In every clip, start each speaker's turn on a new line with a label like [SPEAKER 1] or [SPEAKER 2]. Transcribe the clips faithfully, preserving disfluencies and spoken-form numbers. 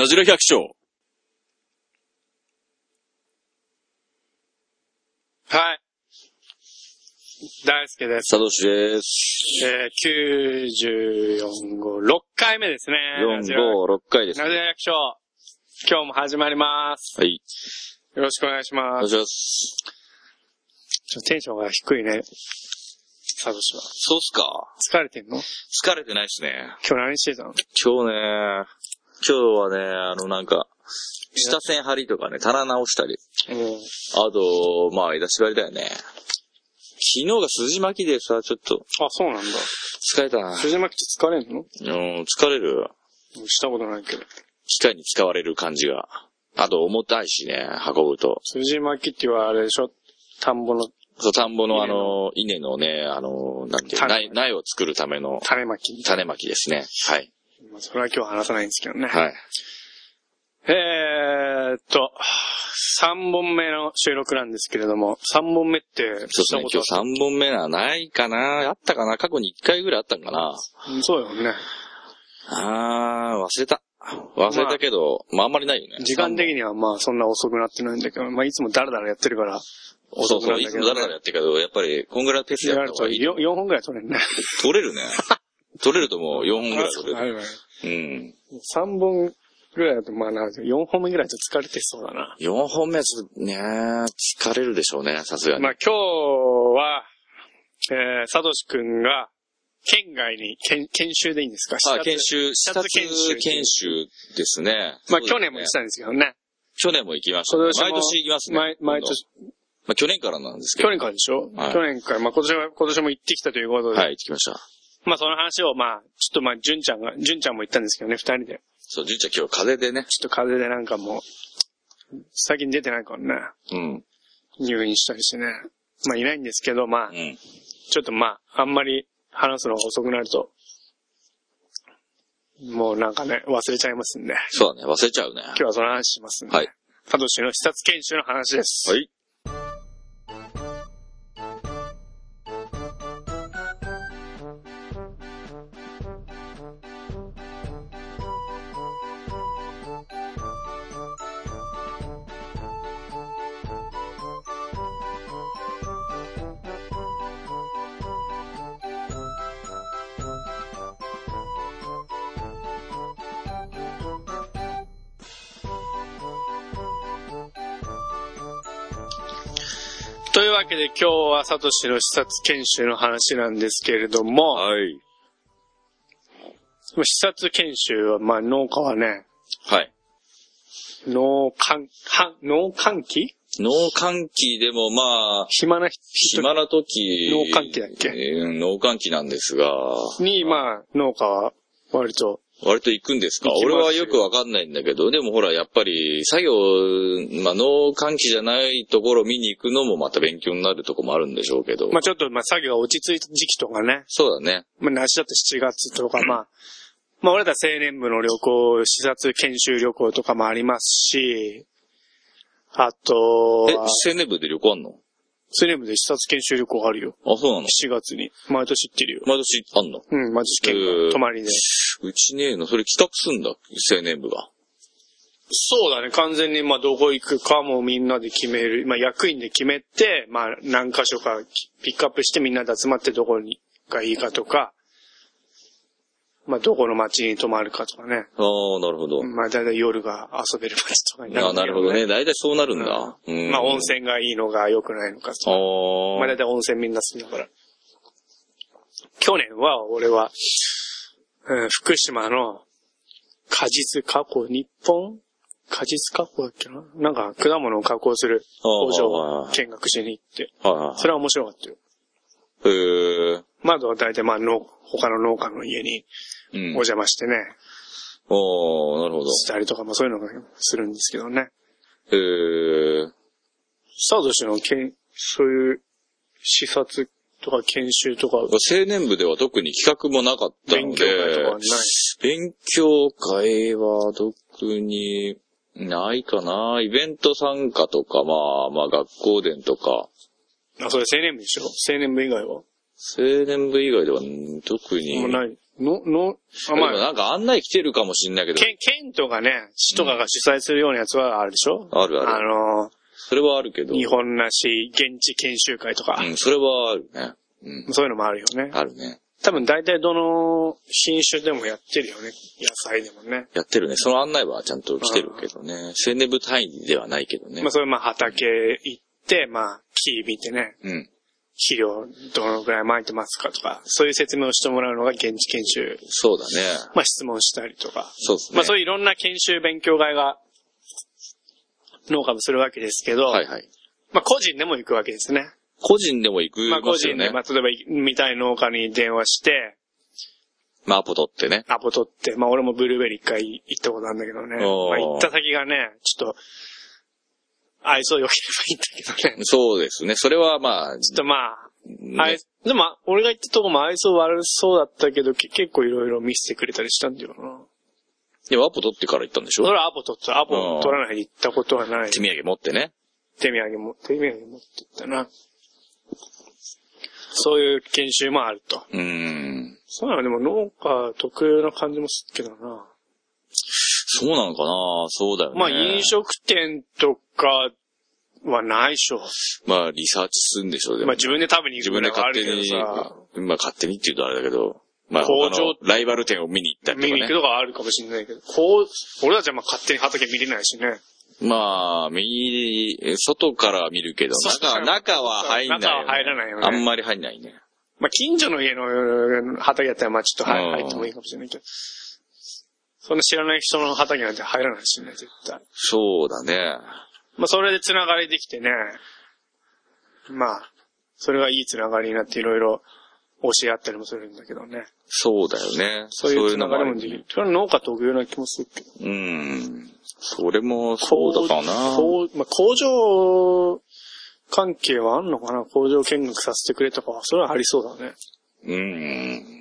[SPEAKER 1] なじら百姓。
[SPEAKER 2] はい。大輔です。
[SPEAKER 1] サトシです。
[SPEAKER 2] えー、きゅうじゅうよん号、ろっかいめですね。
[SPEAKER 1] よん号、ろっかいです、ね。
[SPEAKER 2] なじら百姓。今日も始まります。
[SPEAKER 1] はい。
[SPEAKER 2] よろしくお願いします。
[SPEAKER 1] お願いします。
[SPEAKER 2] ちょっとテンションが低いね。サトシは。
[SPEAKER 1] そうっすか。
[SPEAKER 2] 疲れてんの？
[SPEAKER 1] 疲れてないっすね。
[SPEAKER 2] 今日何してたの？
[SPEAKER 1] 今日ね、今日はね、あのなんか、下線張りとかね、棚直したり。
[SPEAKER 2] うん。
[SPEAKER 1] あと、まあ、枝縛りだよね。昨日が筋巻きでさ、ちょっと。
[SPEAKER 2] あ、そうなんだ。
[SPEAKER 1] 疲れたな。
[SPEAKER 2] 筋巻きって疲れんの？
[SPEAKER 1] うん、疲れる。
[SPEAKER 2] したことないけど。
[SPEAKER 1] 機械に使われる感じが。あと、重たいしね、運ぶと。
[SPEAKER 2] 筋巻きって言われあれでしょ？田んぼの。
[SPEAKER 1] そう、田んぼのあの、稲のね、あの、なんていう、苗、苗を作るための。
[SPEAKER 2] 種まき。
[SPEAKER 1] 種まきですね。はい。
[SPEAKER 2] まあ、それは今日話さないんですけどね。
[SPEAKER 1] はい。
[SPEAKER 2] えーっと、さんぼんめの収録なんですけれども、さんぼんめって、
[SPEAKER 1] そうですね、今日さんぼんめはないかな、あったかな、過去にいっかいぐらいあったんかな。
[SPEAKER 2] うん、そうよね。
[SPEAKER 1] あー、忘れた。忘れたけど、まあ、まあ、あんまりないよね。
[SPEAKER 2] 時間的にはまあそんな遅くなってないんだけど、まあいつもダラダラやってるから、
[SPEAKER 1] 遅くなるんだけど、ね。そうそう、いつもダラダラやってるけど、やっぱり、こんぐらいのペースでやった方がいい。
[SPEAKER 2] よんほんぐらい取れるね。
[SPEAKER 1] 取れるね。取れるともうよんほんぐらい取れる。
[SPEAKER 2] はいはい。
[SPEAKER 1] うん。
[SPEAKER 2] さんぼんぐらいだとまあな、よんほんめぐらいだと疲れてそうだな。
[SPEAKER 1] よんほんめはちょっとね、疲れるでしょうね、さすがに。
[SPEAKER 2] まあ今日は、えー、サトシ君が、県外に研、研修でいいんですか？
[SPEAKER 1] あ、研修、視察研修。研修ですね。
[SPEAKER 2] まあ去年も言ってたんですけどね。
[SPEAKER 1] 去年も行きましたね。毎年行きますね。
[SPEAKER 2] 毎、毎年。
[SPEAKER 1] まあ去年からなんですけど。
[SPEAKER 2] 去年からでしょ？
[SPEAKER 1] はい、
[SPEAKER 2] 去年から、まあ今年は、今年も行ってきたということで。
[SPEAKER 1] はい、行ってきました。
[SPEAKER 2] まあその話をまあ、ちょっとまあ、純ちゃんが、純ちゃんも言ったんですけどね、二人で。
[SPEAKER 1] そう、純ちゃん今日風邪でね。
[SPEAKER 2] ちょっと風邪でなんかもう、最近出てないからね。
[SPEAKER 1] うん。
[SPEAKER 2] 入院したりしてね。まあいないんですけど、まあ、うん、ちょっとまあ、あんまり話すのが遅くなると、もうなんかね、忘れちゃいますんで。
[SPEAKER 1] そうだね、忘れちゃうね。
[SPEAKER 2] 今日はその話しますんで。はい。サトシの視察研修の話です。
[SPEAKER 1] はい。
[SPEAKER 2] というわけで今日はサトシの視察研修の話なんですけれども、
[SPEAKER 1] はい。
[SPEAKER 2] 視察研修は、まあ農家はね、
[SPEAKER 1] はい。
[SPEAKER 2] 農閑、は、農閑期？
[SPEAKER 1] 農閑期でもまあ、
[SPEAKER 2] 暇な、
[SPEAKER 1] 暇な時、
[SPEAKER 2] 農閑期だっけ？
[SPEAKER 1] えー、農閑期なんですが、
[SPEAKER 2] に、まあ農家は割と、
[SPEAKER 1] 割と行くんですか？俺はよくわかんないんだけど、でもほら、やっぱり、作業、まあ、農閑期じゃないところを見に行くのもまた勉強になるとこもあるんでしょうけど。
[SPEAKER 2] まあ、ちょっと、まあ、作業が落ち着いた時期とかね。
[SPEAKER 1] そうだね。
[SPEAKER 2] まあ、梨だとしちがつとか、まあ、まあ、俺ら青年部の旅行、視察研修旅行とかもありますし、あと
[SPEAKER 1] え、青年部で旅行あんの？
[SPEAKER 2] 青年部で視察研修旅行あるよ。
[SPEAKER 1] あ、そうなの？
[SPEAKER 2] しちがつに。毎年行ってるよ。
[SPEAKER 1] 毎年あんの？
[SPEAKER 2] うん、毎年県が泊まりで。
[SPEAKER 1] うちねえの、それ企画すんだ、青年部が。
[SPEAKER 2] そうだね、完全にまあどこ行くかもみんなで決める。まあ役員で決めて、まあ何箇所かピックアップしてみんなで集まってどこにがいいかとか、まあどこの町に泊まるかとかね。
[SPEAKER 1] ああ、なるほど。
[SPEAKER 2] まあだいたい夜が遊べる町とかになる、ね。
[SPEAKER 1] ああ、なるほどね。だいたいそうなるんだ。
[SPEAKER 2] うん、まあ温泉がいいのが良くないのかとか。あまあだいたい温泉みんな好きだから。去年は俺は、うん、福島の果実加工、日本果実加工だっけな、なんか果物を加工する工場を見学しに行って、それは面白かったよ。
[SPEAKER 1] へー。
[SPEAKER 2] まあ大体まあ農、他の農家の家にお邪魔してね。
[SPEAKER 1] うん、おー、なるほど。
[SPEAKER 2] したりとかもそういうのがするんですけどね。
[SPEAKER 1] へー。
[SPEAKER 2] サトシのけん、そういう視察とか研修とか。青
[SPEAKER 1] 年部では特に企画もなかったので。勉強会とかはない。勉強会は特にないかな。イベント参加とか、まあ、まあ学校伝とか。
[SPEAKER 2] あ、それ青年部でしょ？青年部以外は？
[SPEAKER 1] 青年部以外では特に。
[SPEAKER 2] もうない。 の、の、あ、まあ、
[SPEAKER 1] なんか案内来てるかもしんないけど。
[SPEAKER 2] 県、県とかね、市とかが主催するようなやつはあるでしょ、
[SPEAKER 1] うん、あるある。
[SPEAKER 2] あのー、
[SPEAKER 1] それはあるけど。
[SPEAKER 2] 日本なし、現地研修会とか。
[SPEAKER 1] うん、それはあるね。
[SPEAKER 2] うん。そういうのもあるよね。
[SPEAKER 1] あるね。
[SPEAKER 2] 多分大体どの品種でもやってるよね。野菜でもね。
[SPEAKER 1] やってるね。その案内はちゃんと来てるけどね。青年部単位ではないけどね。
[SPEAKER 2] まあそれまあ畑行って、まあ木見てね。
[SPEAKER 1] うん。
[SPEAKER 2] 肥料どのくらい撒いてますかとか、そういう説明をしてもらうのが現地研修。
[SPEAKER 1] そうだね。
[SPEAKER 2] まあ質問したりとか。
[SPEAKER 1] そうですね。
[SPEAKER 2] まあそういういろんな研修勉強会が農家もするわけですけど。
[SPEAKER 1] はいはい。
[SPEAKER 2] まあ個人でも行くわけですね。
[SPEAKER 1] 個人でも行く、
[SPEAKER 2] ね。まあ個人で、まあ例えば見たい農家に電話して、
[SPEAKER 1] まあアポ取ってね。
[SPEAKER 2] アポ取って、まあ俺もブルーベリー一回行ったことあるんだけどね。まあ行った先がね、ちょっと、愛想良ければいいんだけどね。
[SPEAKER 1] そうですね。それはまあ。
[SPEAKER 2] ちょっとまあ、ね、でも俺が行ったとこも愛想悪そうだったけど、結構いろいろ見せてくれたりしたんだよな。
[SPEAKER 1] いや、アポ取ってから行ったんでしょ？
[SPEAKER 2] それはアポ取った。アポ取らないで行ったことはない。
[SPEAKER 1] 手土産持ってね。
[SPEAKER 2] 手土産も、手土産持って行ったな。そういう研修もあると。
[SPEAKER 1] うーん。
[SPEAKER 2] そうなの、でも農家特有な感じもするけどな。
[SPEAKER 1] そうなのかな？そうだよね。
[SPEAKER 2] まあ飲食店とかはないでしょ。
[SPEAKER 1] まあリサーチするんでしょうね。
[SPEAKER 2] まあ自分で食べに行くのはあるけどさ。
[SPEAKER 1] 自分で勝手に、まあ勝手にって言うとあれだけど、まあ工場、ライバル店を見に行ったりとかね。
[SPEAKER 2] 見に行くとかあるかもしれないけど、こう、俺たちはまあ勝手に畑見れないしね。
[SPEAKER 1] まあ、見、外から見るけど、中、中は入んない、ね。
[SPEAKER 2] 中は入らないよね。
[SPEAKER 1] あんまり入んないね。
[SPEAKER 2] まあ近所の家の畑やったらまあちょっと入ってもいいかもしれないけど、そんな知らない人の畑なんて入らないしね、絶対。
[SPEAKER 1] そうだね。
[SPEAKER 2] まあそれでつながりできてね、まあ、それがいいつながりになっていろいろ教え合ったりもするんだけどね。
[SPEAKER 1] そうだよね。
[SPEAKER 2] そういうつながりもできる。それは農家特有な気もするけど。
[SPEAKER 1] うん。それもそうだかな。
[SPEAKER 2] こう、まあ、工場関係はあんのかな？工場見学させてくれとかは、それはありそうだね。
[SPEAKER 1] うん。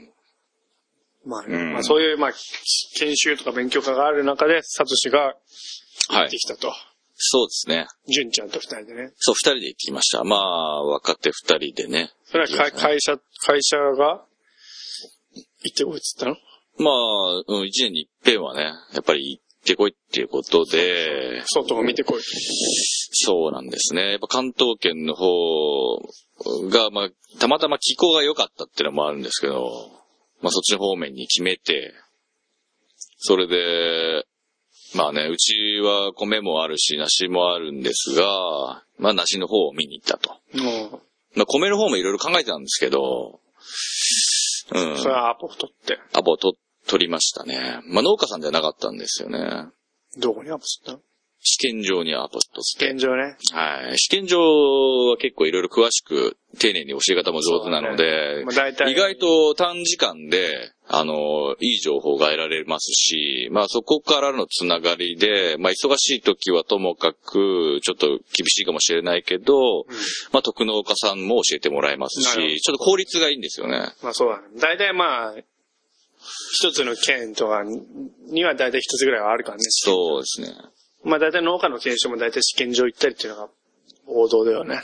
[SPEAKER 2] まあね、うん、まあそういう、まあ、研修とか勉強会がある中で、サトシが行ってきたと。はい、
[SPEAKER 1] そうですね。
[SPEAKER 2] 純ちゃんと二人でね。
[SPEAKER 1] そう、二人で行ってきました。まあ、若手二人でね。
[SPEAKER 2] それはか、ね、会社、会社が行ってこいっつったの？
[SPEAKER 1] まあ、うん、一年に一遍はね、やっぱり行ってこいっていうことで。
[SPEAKER 2] 外を見てこい。
[SPEAKER 1] そうなんですね。やっぱ関東圏の方が、まあ、たまたま気候が良かったっていうのもあるんですけど、まあそっちの方面に決めて、それで、まあね、うちは米もあるし、梨もあるんですが、まあ梨の方を見に行ったと。
[SPEAKER 2] うん、
[SPEAKER 1] まあ米の方もいろいろ考えてたんですけど、
[SPEAKER 2] うん。それはアポ取って。
[SPEAKER 1] アポ取、取りましたね。まあ農家さんじゃなかったんですよね。
[SPEAKER 2] どこにアポ取ったの？
[SPEAKER 1] 試験場にアポ取って。
[SPEAKER 2] 試験場ね。
[SPEAKER 1] はい。試験場は結構いろいろ詳しく、丁寧に教え方も上手なので、ね、まあ、大体意外と短時間で、あの、いい情報が得られますし、まあそこからのつながりで、まあ忙しい時はともかく、ちょっと厳しいかもしれないけど、うん、まあ特農家さんも教えてもらえますし、ちょっと効率がいいんですよね。
[SPEAKER 2] まあそうだね。大体まあ、一つの県とかには大体一つぐらいはあるからね。
[SPEAKER 1] そうですね。
[SPEAKER 2] まあ大体農家の研修も大体試験場行ったりっていうのが王道だよね。
[SPEAKER 1] うん。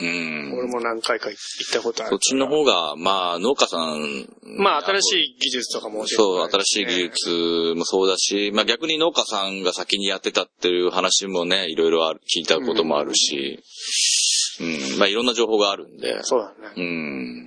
[SPEAKER 2] 俺も何回か行ったことある。
[SPEAKER 1] そっちの方が、まあ農家さん。
[SPEAKER 2] まあ新しい技術とかも教えて
[SPEAKER 1] もらえる、ね、そう、新しい技術もそうだし、まあ逆に農家さんが先にやってたっていう話もね、いろいろある、聞いたこともあるし、うん、うん、まあいろんな情報があるんで。
[SPEAKER 2] そうだね。
[SPEAKER 1] うん。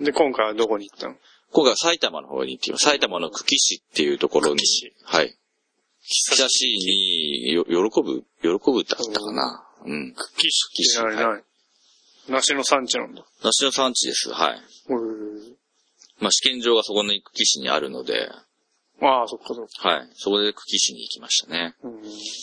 [SPEAKER 2] で、今回はどこに行ったの？
[SPEAKER 1] 今回は埼玉の方に行ってきます。埼玉の久喜市っていうところに。久喜市。はい。久しいに、よ、喜ぶ、喜ぶだったかな。うん。
[SPEAKER 2] 久喜市って何、はい、梨の産地なんだ。
[SPEAKER 1] 梨の産地です、はい。
[SPEAKER 2] うん。
[SPEAKER 1] まあ試験場がそこの久喜市にあるので。
[SPEAKER 2] ああ、そっかそっか。
[SPEAKER 1] はい。そこで久喜市に行きましたね。うん。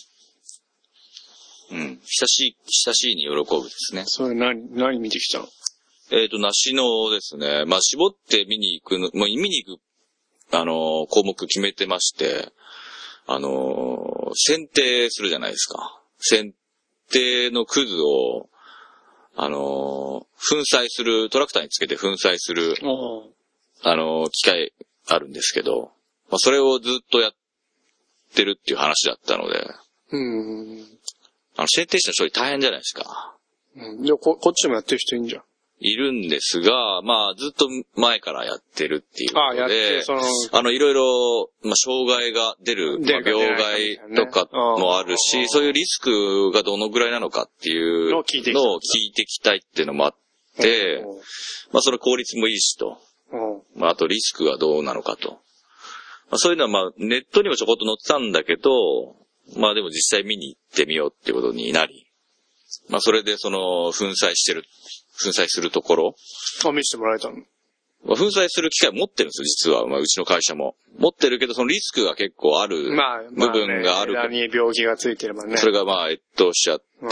[SPEAKER 1] うん。久しい、久しいに喜ぶですね。
[SPEAKER 2] それ何、何見てきたの？
[SPEAKER 1] えっと、梨のですね、まあ絞って見に行くの、まあ見に行く、あのー、項目決めてまして、あのー、剪定するじゃないですか。剪定のクズを、あのー、粉砕する、トラクターにつけて粉砕する、あのー、機械あるんですけど、まあ、それをずっとやってるっていう話だったので、
[SPEAKER 2] うん。
[SPEAKER 1] あの、剪定師の処理大変じゃないですか。
[SPEAKER 2] うん。でもこ、こっちでもやってる人いいんじゃん。
[SPEAKER 1] いるんですが、まあ、ずっと前からやってるっていうことで、
[SPEAKER 2] ああ、やって、その、
[SPEAKER 1] あの、いろいろ、まあ、障害が出る、まあ、病害とかもあるし、そういうリスクがどのぐらいなのかっていうのを聞いていきたいっていうのもあって、まあ、それ効率もいいしと、まあ、あとリスクがどうなのかと。まあ、そういうのは、まあ、ネットにもちょこっと載ってたんだけど、まあ、でも実際見に行ってみようってことになり、まあ、それでその、粉砕してる、粉砕するところ。
[SPEAKER 2] あ、見せてもらえたの？
[SPEAKER 1] まあ、粉砕する機械持ってるんですよ、実は。まあ、うちの会社も。持ってるけど、そのリスクが結構ある部分がある。
[SPEAKER 2] まあ、まあね、枝に病気がついてればね。
[SPEAKER 1] それがまあ、越冬しちゃって、うんうん、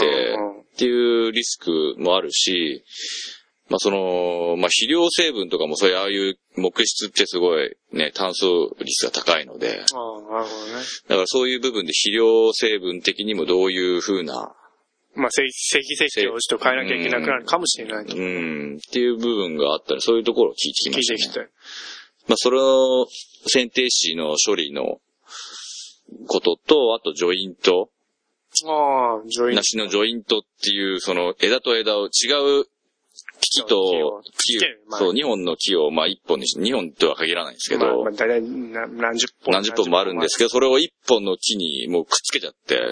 [SPEAKER 1] っていうリスクもあるし、まあ、その、まあ、肥料成分とかもそういう、ああいう木質ってすごいね、炭素率が高いので。
[SPEAKER 2] ああ、なるほどね。
[SPEAKER 1] だからそういう部分で肥料成分的にもどういう風な、
[SPEAKER 2] まあ、積雪をちょっと変えなきゃいけなくなるかもしれないと。
[SPEAKER 1] うん、うん、っていう部分があったら、そういうところを聞いてきましたね。
[SPEAKER 2] 聞いてきて。
[SPEAKER 1] まあ、それの剪定紙の処理のことと、あとジョイント。
[SPEAKER 2] ああ、ジョイント。
[SPEAKER 1] 梨のジョイントっていう、その枝と枝を違う木と木、そう、二本の木を、まあ一本にし、二本とは限らないんですけど、まあ、
[SPEAKER 2] まあ、大体何十本。
[SPEAKER 1] 何十本もあるんですけど、それを一本の木にもうくっつけちゃって、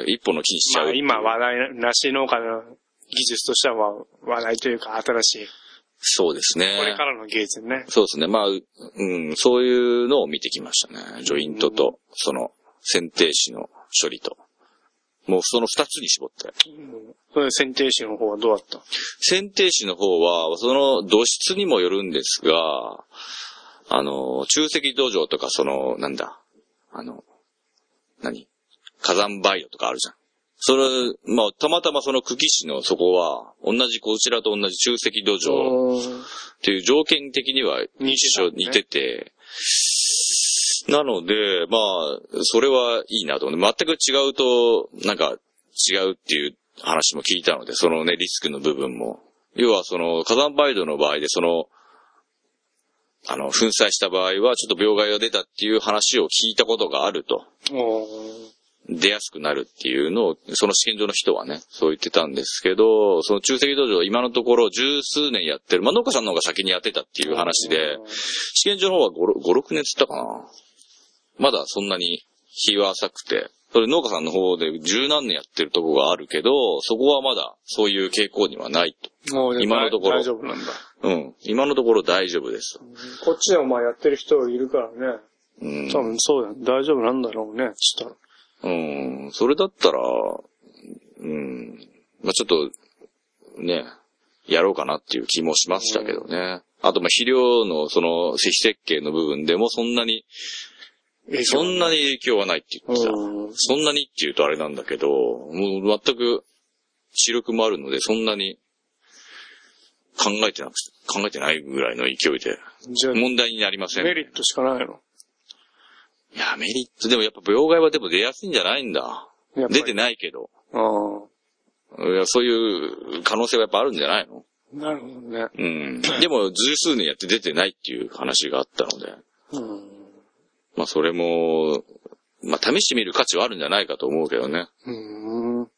[SPEAKER 1] 一本の木にしちゃう。
[SPEAKER 2] まあ今話題、梨農家の技術としては話題というか新しい。
[SPEAKER 1] そうですね。
[SPEAKER 2] これからの技術ね。
[SPEAKER 1] そうですね。まあ、うん、そういうのを見てきましたね。ジョイントと、その、剪定紙の処理と。もうその二つに絞って。
[SPEAKER 2] それ剪定紙の方はどうだった？
[SPEAKER 1] 剪定紙の方は、その土質にもよるんですが、あの、中積土壌とか、その、なんだ、あの、何？火山灰土とかあるじゃん。それ、まあ、たまたまその久喜市のそこは、同じ、こちらと同じ中積土壌っていう条件的には一緒、似てて、なので、まあ、それはいいなと思って、全く違うと、なんか違うっていう話も聞いたので、そのね、リスクの部分も。要はその火山灰土の場合で、その、あの、粉砕した場合はちょっと病害が出たっていう話を聞いたことがあると。出やすくなるっていうのを、その試験場の人はね、そう言ってたんですけど、その中積土壌今のところ十数年やってる、まあ農家さんの方が先にやってたっていう話で、試験場の方はご、ろくねんつったかな。まだそんなに日は浅くて、それ農家さんの方で十何年やってるとこがあるけど、そこはまだそういう傾向にはないと。
[SPEAKER 2] もう今のところ。大丈夫なんだ。
[SPEAKER 1] うん。今のところ大丈夫です。
[SPEAKER 2] こっちでもまあやってる人いるからね。うん。多分そうだよ。大丈夫なんだろうね、したら。
[SPEAKER 1] うん。それだったら、うん。まあちょっと、ね、やろうかなっていう気もしましたけどね。あとまあ肥料のその施設計の部分でもそんなに、そんなに影響はないって言ってた。そんなにって言うとあれなんだけど、もう全く視力もあるので、そんなに考えてなく、考えてないぐらいの勢いで、問題になりません。
[SPEAKER 2] メリットしかないの？
[SPEAKER 1] いや、メリット、でもやっぱ病害はでも出やすいんじゃないんだ。出てないけど。あいやそういう可能性はやっぱあるんじゃないの？
[SPEAKER 2] なるほどね。
[SPEAKER 1] うん。でも、十数年やって出てないっていう話があったので。うん。まあ、それも、まあ、試してみる価値はあるんじゃないかと思うけどね。うん。うん。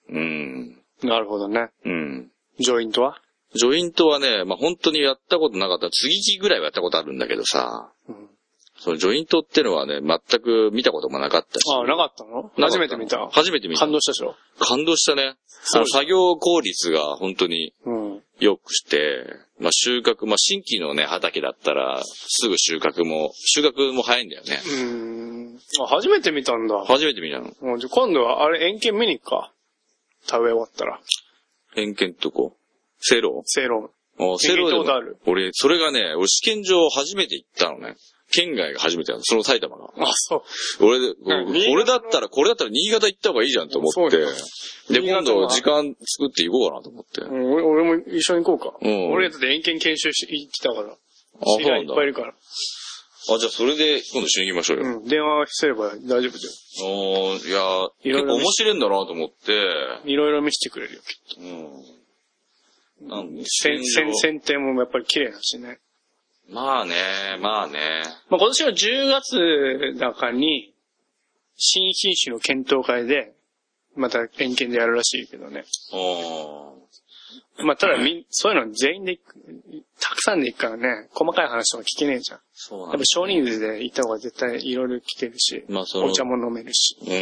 [SPEAKER 2] なるほどね。うん。ジョイントは？
[SPEAKER 1] ジョイントはね、まあ、本当にやったことなかった。継ぎ木ぐらいはやったことあるんだけどさ。うん。そのジョイントってのはね、全く見たこともなかったし。
[SPEAKER 2] ああ、なかったの？初めて見た。
[SPEAKER 1] 初めて見た。
[SPEAKER 2] 感動したでしょ？
[SPEAKER 1] 感動したね。あの作業効率が本当に良くて、うん、まあ収穫、まあ新規のね、畑だったら、すぐ収穫も、収穫も早いんだよね。
[SPEAKER 2] うーん。あ、初めて見たんだ。
[SPEAKER 1] 初めて見たの。
[SPEAKER 2] うん、じゃ今度は、あれ、円形見に行くか。田植え終わったら。
[SPEAKER 1] 円形とこセロ
[SPEAKER 2] セロ
[SPEAKER 1] あ、セロでも
[SPEAKER 2] ある。
[SPEAKER 1] 俺、それがね、俺試験場初めて行ったのね。県外が初めてなの。その埼玉が。
[SPEAKER 2] あ、そう。
[SPEAKER 1] 俺で、これだったら、これだったら新潟行った方がいいじゃんと思って。で、今度時間作って行こうかなと思って。
[SPEAKER 2] うん、俺も一緒に行こうか。うん。俺だって遠見研修し行ってたから。あ、そうなんだ。いっぱいいるから。
[SPEAKER 1] あ、じゃあそれで今度一緒に行きましょうよ。
[SPEAKER 2] うん。電話すれば大丈夫だよ。
[SPEAKER 1] おー、いや、結構面白いんだなと思って。
[SPEAKER 2] いろいろ見せてくれるよ、きっと。うん。なんで、剪定もやっぱり綺麗だしね。
[SPEAKER 1] まあね、まあね。
[SPEAKER 2] まあ今年はじゅうがつだかに、新品種の検討会で、また偏見でやるらしいけどね。
[SPEAKER 1] おー。
[SPEAKER 2] まあ、ただみ、そういうの全員で、たくさんで行くからね、細かい話とか聞けねえじゃん。
[SPEAKER 1] そうなんだ、
[SPEAKER 2] やっぱ少人数で行った方が絶対いろいろ聞けるし、まあ、そのお茶も飲めるし。
[SPEAKER 1] うん。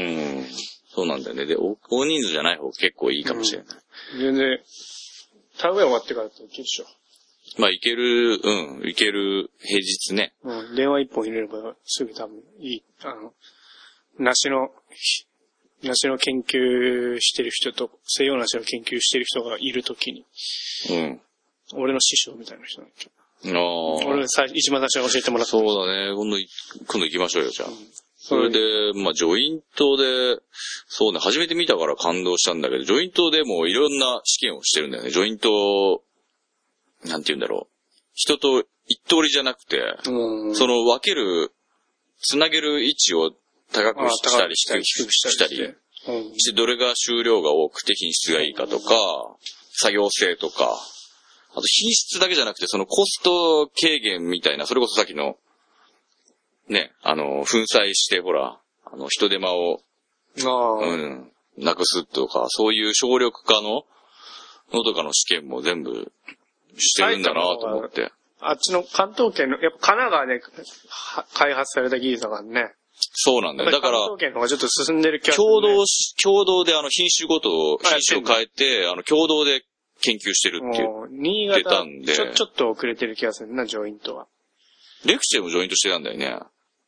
[SPEAKER 1] そうなんだよね。で、大人数じゃない方が結構いいかもしれない。
[SPEAKER 2] うん、全然、田植え終わってからって行けるでしょ。
[SPEAKER 1] まあ、行ける、うん、行ける平日ね。
[SPEAKER 2] うん、電話一本入れればすぐ多分いい、あの、梨の、梨の研究してる人と、西洋梨の研究してる人がいるときに、うん。俺の師匠みたいな人なんだけど。ああ。俺最一番最初に教えてもらった。
[SPEAKER 1] そうだね。今度、今度行きましょうよ、じゃあ。うん、それで、まあ、ジョイントで、そうね、初めて見たから感動したんだけど、ジョイントでもいろんな試験をしてるんだよね。ジョイント、なんて言うんだろう。人と一通りじゃなくて、うん、その分ける、つなげる位置を高くしたり低くしたり、うん、してどれが収量が多くて品質がいいかとか、作業性とか、あと品質だけじゃなくてそのコスト軽減みたいな、それこそさっきの、ね、あの、粉砕してほら、あの、人手間を、うん、なくすとか、そういう省力化の、のとかの試験も全部してるんだなと思って。
[SPEAKER 2] あっちの関東圏の、やっぱ神奈川で開発された技術だからね。
[SPEAKER 1] そうなんだよ。だから、
[SPEAKER 2] 関東圏の方がちょっと進んでる気がする、
[SPEAKER 1] ね。共同し、共同であの品種ごと、品種を変えて、あの共同で研究してるって言ってたんで。
[SPEAKER 2] ちょ、ちょっと遅れてる気がするな、ジョイントは。
[SPEAKER 1] レクチェもジョイントしてたんだよね。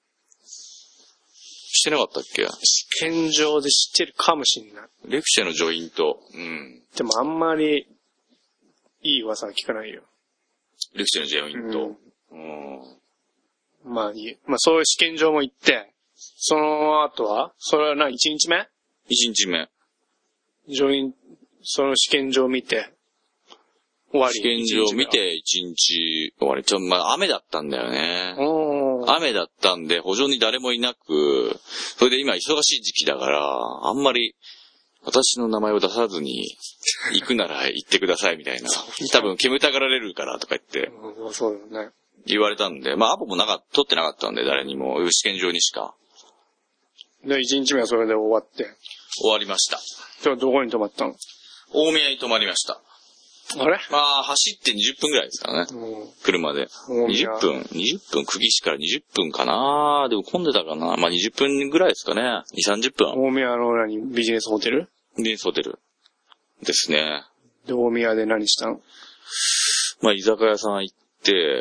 [SPEAKER 1] してなかったっけ？
[SPEAKER 2] 試験場で知ってるかもしんない。
[SPEAKER 1] レクチェのジョイント。うん。
[SPEAKER 2] でもあんまり、いい噂は聞かないよ。
[SPEAKER 1] レクチェのジョイント。うん。
[SPEAKER 2] うん、まあいい。まあそういう試験場も行って、その後はそれは何？ いち 日目？
[SPEAKER 1] いち 日目。
[SPEAKER 2] ジョイン、その試験場を見て、終わり。
[SPEAKER 1] 試験場を見ていちにち終わり。ちょ、まあ雨だったんだよね。雨だったんで、補助に誰もいなく、それで今忙しい時期だから、あんまり、私の名前を出さずに、行くなら行ってくださいみたいな。多分煙たがられるからとか言って。
[SPEAKER 2] うん、そうだね。
[SPEAKER 1] 言われたんで、まあアポもなか、取ってなかったんで、誰にも、試験場にしか。
[SPEAKER 2] で、いちにちめはそれで終わって。
[SPEAKER 1] 終わりました。
[SPEAKER 2] じゃあどこに泊まったの？
[SPEAKER 1] 大宮に泊まりました。
[SPEAKER 2] あれ？
[SPEAKER 1] まあ、走ってにじゅっぷんぐらいですからね。うん、車で。にじゅっぷん ?にじゅっぷん、久喜市からにじゅっぷんかな。でも混んでたかな。まあにじゅっぷんぐらいですかね。に、さんじゅっぷん。
[SPEAKER 2] 大宮の何？ビジネスホテル？
[SPEAKER 1] ビジネスホテル。ですね。
[SPEAKER 2] で、大宮で何したの？
[SPEAKER 1] まあ、居酒屋さん行って、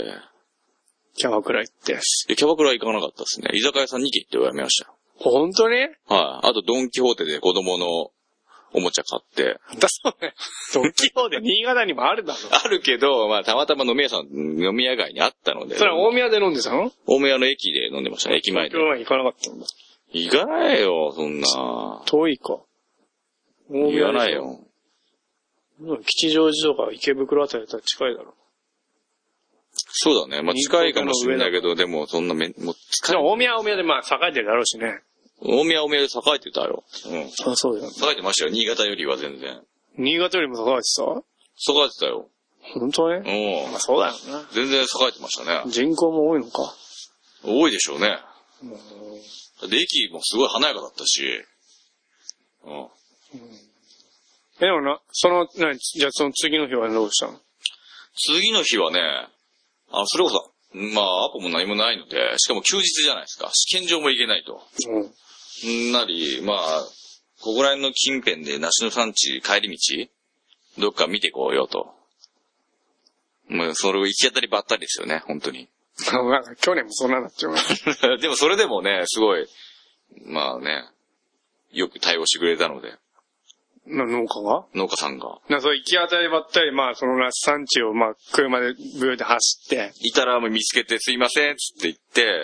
[SPEAKER 2] キャバクラ行って。い
[SPEAKER 1] や、キャバクラ行かなかったですね。居酒屋さんに軒行ってやめましたよ。
[SPEAKER 2] 本当に？
[SPEAKER 1] はい。あと、ドンキホーテで子供のおもちゃ買って。
[SPEAKER 2] だそうね。ドンキホーテ新潟にもあるだろ。
[SPEAKER 1] あるけど、まあ、たまたま飲み屋さん、飲み屋街にあったので。
[SPEAKER 2] それは大宮で飲んでたの？
[SPEAKER 1] 大宮の駅で飲んでましたね、駅前で。
[SPEAKER 2] 今日は行かなかったんだ。
[SPEAKER 1] 行かないよ、そんな。
[SPEAKER 2] 遠いか。
[SPEAKER 1] 行かないよ。
[SPEAKER 2] 吉祥寺とか池袋あたりだったら近いだろ。
[SPEAKER 1] そうだね。まあ、近いかもしれないけど、でも、そんなめ、もう
[SPEAKER 2] 近い。でも大宮は大宮でまあ、栄えてるだろうしね。
[SPEAKER 1] 大宮は大宮で栄えてたよ。うん。
[SPEAKER 2] あ、そうだよ、ね。
[SPEAKER 1] 栄えてましたよ。新潟よりは全然。
[SPEAKER 2] 新潟よりも栄えて
[SPEAKER 1] た？栄えてたよ。
[SPEAKER 2] 本当ね？うん。まあ、そうだよな。
[SPEAKER 1] 全然栄えてましたね。
[SPEAKER 2] 人口も多いのか。
[SPEAKER 1] 多いでしょうね。うん。で、駅もすごい華やかだったし。うん。うん、
[SPEAKER 2] え、でもな、その、なに、じゃあその次の日はどうしたの？
[SPEAKER 1] 次の日はね、あの、それこそ、まあ、アポも何もないので、しかも休日じゃないですか。試験場も行けないと。うん。なり、まあ、ここら辺の近辺で梨の産地帰り道どっか見てこうよと。もう、それを行き当たりばったりですよね、本当に。
[SPEAKER 2] なんか去年もそんななっちゃう。
[SPEAKER 1] でもそれでもね、すごい、まあね、よく対応してくれたので。
[SPEAKER 2] な、農家が？
[SPEAKER 1] 農家さんが。
[SPEAKER 2] な、そう行き当たりばったり、まあ、その梨産地を、まあ、車でブーって走って。
[SPEAKER 1] いたらもう見つけてすいません、つって言って、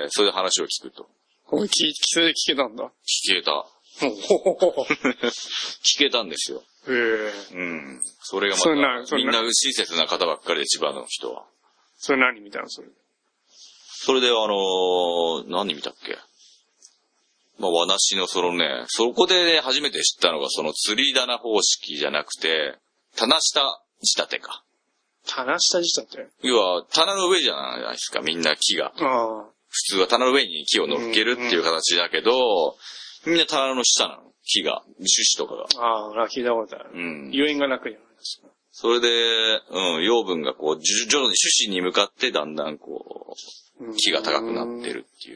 [SPEAKER 1] そういう話を聞くと。
[SPEAKER 2] おい、聞、それで聞けたんだ。
[SPEAKER 1] 聞けた。聞けたんですよ。
[SPEAKER 2] へえ。
[SPEAKER 1] うん。それがまた、みんな親切な方ばっかりで、千葉の人は。
[SPEAKER 2] それ何見たのそれ。
[SPEAKER 1] それで、あのー、何見たっけ？まあ、和梨のそのね、そこでね、初めて知ったのが、その釣り棚方式じゃなくて、棚下仕立てか。
[SPEAKER 2] 棚下仕立て？
[SPEAKER 1] 要は、棚の上じゃないですか、みんな木が。ああ。普通は棚の上に木を乗っけるっていう形だけど、うんうん、みんな棚の下なの。 木が、種子とかが。
[SPEAKER 2] ああ、聞いたことある。うん。誘引がなくじゃないですか。
[SPEAKER 1] それで、うん、養分がこう、徐々に種子に向かってだんだんこう、木が高くなってるっていう。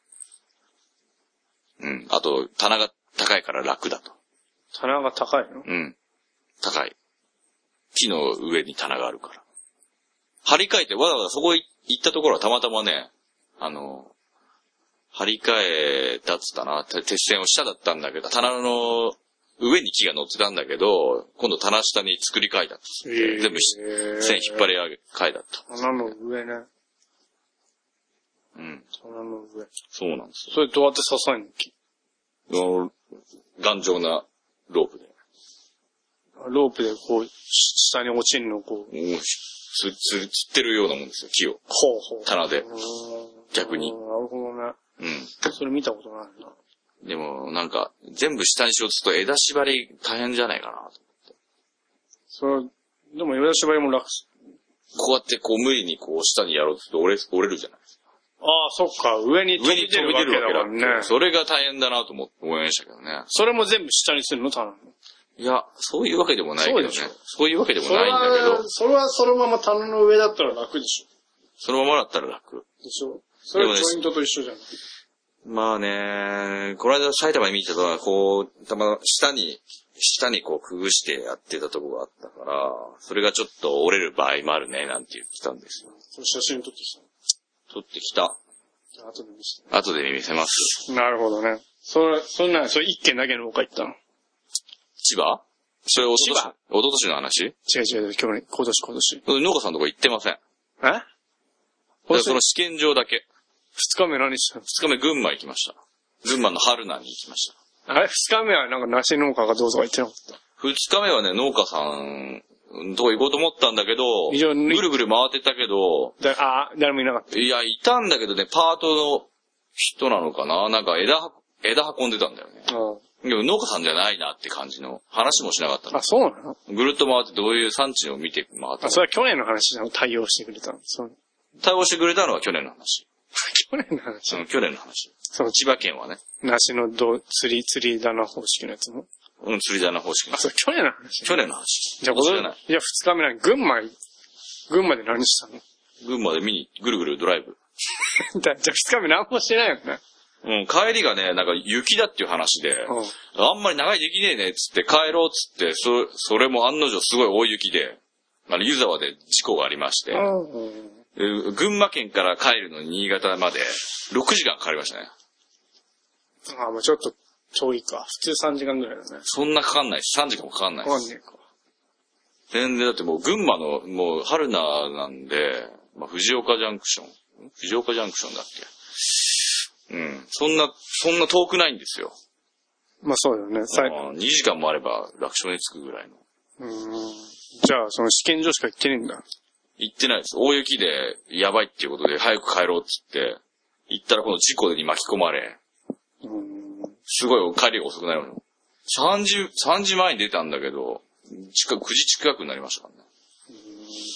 [SPEAKER 1] うん。あと、棚が高いから楽だと。
[SPEAKER 2] 棚が高いの？
[SPEAKER 1] うん。高い。木の上に棚があるから。張り替えて、わざわざそこ行ったところはたまたまね、あの、張り替えたっつったな、鉄線を下だったんだけど、棚の上に木が乗ってたんだけど、今度棚下に作り替えたっつって、えー、全部線引っ張り上げ替えだった。
[SPEAKER 2] 棚の上ね。
[SPEAKER 1] うん。
[SPEAKER 2] 棚の上。
[SPEAKER 1] そうなんですよ。
[SPEAKER 2] それどうやって支えんの木？
[SPEAKER 1] 頑丈なロープで。
[SPEAKER 2] ロープでこう、下に落ちるのをこう。
[SPEAKER 1] うんつ、つ、釣ってるようなもんですよ、木を。
[SPEAKER 2] ほうほう。
[SPEAKER 1] 棚で。逆に。
[SPEAKER 2] なるほどね。
[SPEAKER 1] うん。
[SPEAKER 2] それ見たことないな。
[SPEAKER 1] でも、なんか、全部下にしようとすると枝縛り大変じゃないかなと思って。
[SPEAKER 2] それ、でも枝縛りも楽。
[SPEAKER 1] こうやってこう無理にこう下にやろうとすると折れ、折れるじゃないですか。
[SPEAKER 2] ああ、そっか。上に飛び出るわけだもんね。
[SPEAKER 1] それが大変だなと思いましたけどね。
[SPEAKER 2] それも全部下にするの棚の。
[SPEAKER 1] いや、そういうわけでもないけどね。そう, そういうわけでもないんだけど。
[SPEAKER 2] それはそのまま棚の上だったら楽でしょ。
[SPEAKER 1] そのままだったら楽。
[SPEAKER 2] でしょ。それはジョイントと一緒じゃん。
[SPEAKER 1] まあね、この間埼玉に見てたのは、こう、たま、下に、下にこうくぐしてやってたとこがあったから、それがちょっと折れる場合もあるね、なんて言ってたんですよ。
[SPEAKER 2] それ写真撮ってきた
[SPEAKER 1] 撮ってきた。
[SPEAKER 2] 後で見せて。
[SPEAKER 1] 後で見せます。
[SPEAKER 2] なるほどね。それ、そんな、それ一軒だけの他行ったの？
[SPEAKER 1] 千葉？それおととし、おととしの話？
[SPEAKER 2] 違う違う、今日、今年今年。
[SPEAKER 1] 農家さんのとこ行ってません。
[SPEAKER 2] え？
[SPEAKER 1] その試験場だけ。
[SPEAKER 2] 二日目何したの？
[SPEAKER 1] 二日目群馬行きました。群馬の春菜に行きました。
[SPEAKER 2] あれ二日目はなんか梨農家がどうぞか言ってなかった？
[SPEAKER 1] 二日目はね、農家さん、どこ行こうと思ったんだけど、ぐるぐる回ってたけど、
[SPEAKER 2] だあ、誰もいなかった。
[SPEAKER 1] いや、いたんだけどね、パートの人なのかな？なんか枝、枝運んでたんだよね。うん。でも農家さんじゃないなって感じの話もしなかったの。
[SPEAKER 2] あ、そうなの？
[SPEAKER 1] ぐるっと回ってどういう産地を見て回った。
[SPEAKER 2] あ、それは去年の話じゃん。対応してくれたの。そう。
[SPEAKER 1] 対応してくれたのは去年の話。
[SPEAKER 2] 去年の話？
[SPEAKER 1] うん、去年の話。
[SPEAKER 2] そう。
[SPEAKER 1] 千葉県はね。
[SPEAKER 2] 梨のど、釣り、釣り棚方式のやつも。
[SPEAKER 1] うん、釣り棚方式の。
[SPEAKER 2] あ、それ去年の話？
[SPEAKER 1] 去年の話。
[SPEAKER 2] じゃあ、これ、いや、二日目何？群馬、群馬で何したの？
[SPEAKER 1] 群馬で見に、ぐるぐるドライブ。
[SPEAKER 2] じゃあ二日目何もしてないよね。
[SPEAKER 1] うん、帰りがね、なんか雪だっていう話で、うん、あんまり長いできねえねっつって帰ろうっつって、そ、それも案の定すごい大雪で、あの、湯沢で事故がありまして、うん、群馬県から帰るのに新潟までろくじかんかかりましたね。
[SPEAKER 2] ああ、もうちょっと遠いか。普通さんじかんぐらいだね。
[SPEAKER 1] そんなかかんないし、さんじかんもかかんないし。
[SPEAKER 2] かかんねえか。
[SPEAKER 1] 全然だってもう群馬の、もう春菜なんで、まあ、藤岡ジャンクション。藤岡ジャンクションだっけ？うん。そんな、そんな遠くないんですよ。
[SPEAKER 2] まあそうだよね。
[SPEAKER 1] にじかんもあれば楽勝に着くぐらいの。
[SPEAKER 2] うーん。じゃあ、その試験場しか行ってねえんだ。
[SPEAKER 1] 行ってないです。大雪でやばいっていうことで早く帰ろうっつって、行ったらこの事故に巻き込まれ、うーんすごい帰りが遅くなるの。さんじ、さんじまえに出たんだけど、近く、くじ近くになりましたからね。うーん